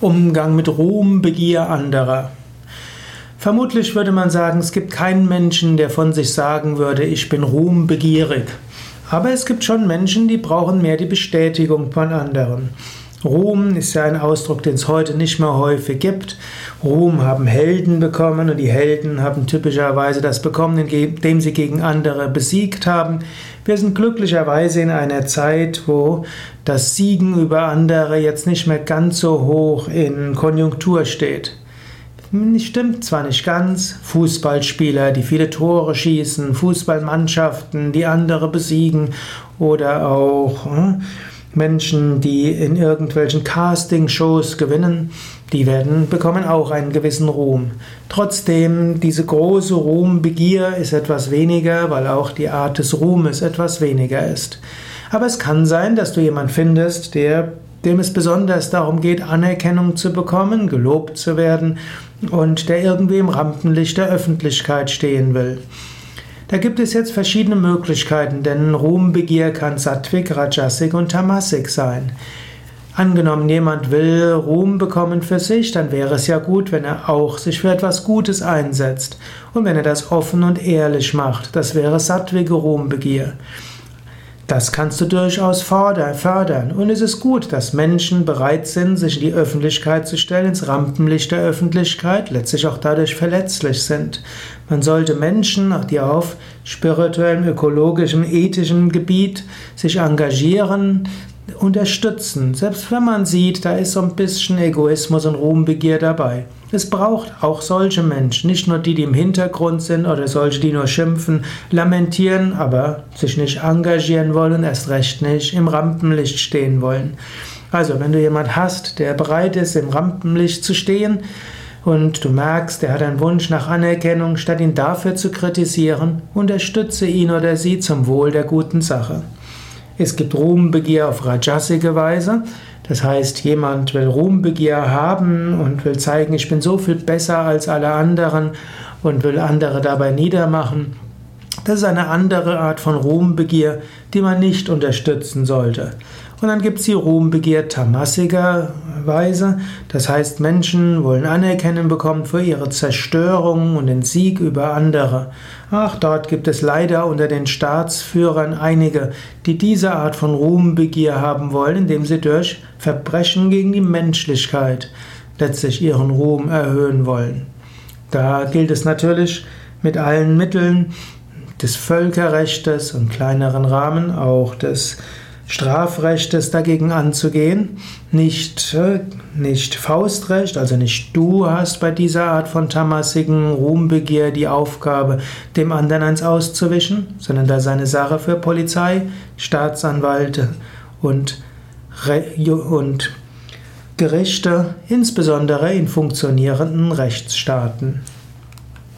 Umgang mit Ruhmbegier anderer. Vermutlich würde man sagen, es gibt keinen Menschen, der von sich sagen würde, ich bin ruhmbegierig. Aber es gibt schon Menschen, die brauchen mehr die Bestätigung von anderen. Ruhm ist ja ein Ausdruck, den es heute nicht mehr häufig gibt. Ruhm haben Helden bekommen und die Helden haben typischerweise das bekommen, indem sie gegen andere besiegt haben. Wir sind glücklicherweise in einer Zeit, wo das Siegen über andere jetzt nicht mehr ganz so hoch in Konjunktur steht. Stimmt zwar nicht ganz, Fußballspieler, die viele Tore schießen, Fußballmannschaften, die andere besiegen oder auch Menschen, die in irgendwelchen Castingshows gewinnen, bekommen auch einen gewissen Ruhm. Trotzdem, diese große Ruhmbegier ist etwas weniger, weil auch die Art des Ruhmes etwas weniger ist. Aber es kann sein, dass du jemanden findest, dem es besonders darum geht, Anerkennung zu bekommen, gelobt zu werden und der irgendwie im Rampenlicht der Öffentlichkeit stehen will. Da gibt es jetzt verschiedene Möglichkeiten, denn Ruhmbegier kann Sattvik, Rajasik und Tamasik sein. Angenommen, jemand will Ruhm bekommen für sich, dann wäre es ja gut, wenn er auch sich für etwas Gutes einsetzt. Und wenn er das offen und ehrlich macht, das wäre sattvige Ruhmbegier. Das kannst du durchaus fördern. Und es ist gut, dass Menschen bereit sind, sich in die Öffentlichkeit zu stellen, ins Rampenlicht der Öffentlichkeit, letztlich auch dadurch verletzlich sind. Man sollte Menschen, die auf spirituellem, ökologischem, ethischem Gebiet sich engagieren, unterstützen. Selbst wenn man sieht, da ist so ein bisschen Egoismus und Ruhmbegier dabei. Es braucht auch solche Menschen, nicht nur die, die im Hintergrund sind oder solche, die nur schimpfen, lamentieren, aber sich nicht engagieren wollen, erst recht nicht im Rampenlicht stehen wollen. Also, wenn du jemanden hast, der bereit ist, im Rampenlicht zu stehen und du merkst, er hat einen Wunsch nach Anerkennung, statt ihn dafür zu kritisieren, unterstütze ihn oder sie zum Wohl der guten Sache. Es gibt Ruhmbegier auf rajasige Weise. Das heißt, jemand will Ruhmbegier haben und will zeigen, ich bin so viel besser als alle anderen und will andere dabei niedermachen. Das ist eine andere Art von Ruhmbegier, die man nicht unterstützen sollte. Und dann gibt es die Ruhmbegier tamasiger Weise. Das heißt, Menschen wollen Anerkennung bekommen für ihre Zerstörung und den Sieg über andere. Dort gibt es leider unter den Staatsführern einige, die diese Art von Ruhmbegier haben wollen, indem sie durch Verbrechen gegen die Menschlichkeit letztlich ihren Ruhm erhöhen wollen. Da gilt es natürlich mit allen Mitteln des Völkerrechtes und kleineren Rahmen auch des Strafrechtes dagegen anzugehen, nicht Faustrecht, also nicht du hast bei dieser Art von tamasigen Ruhmbegier die Aufgabe, dem anderen eins auszuwischen, sondern da ist eine Sache für Polizei, Staatsanwälte und Gerichte, insbesondere in funktionierenden Rechtsstaaten.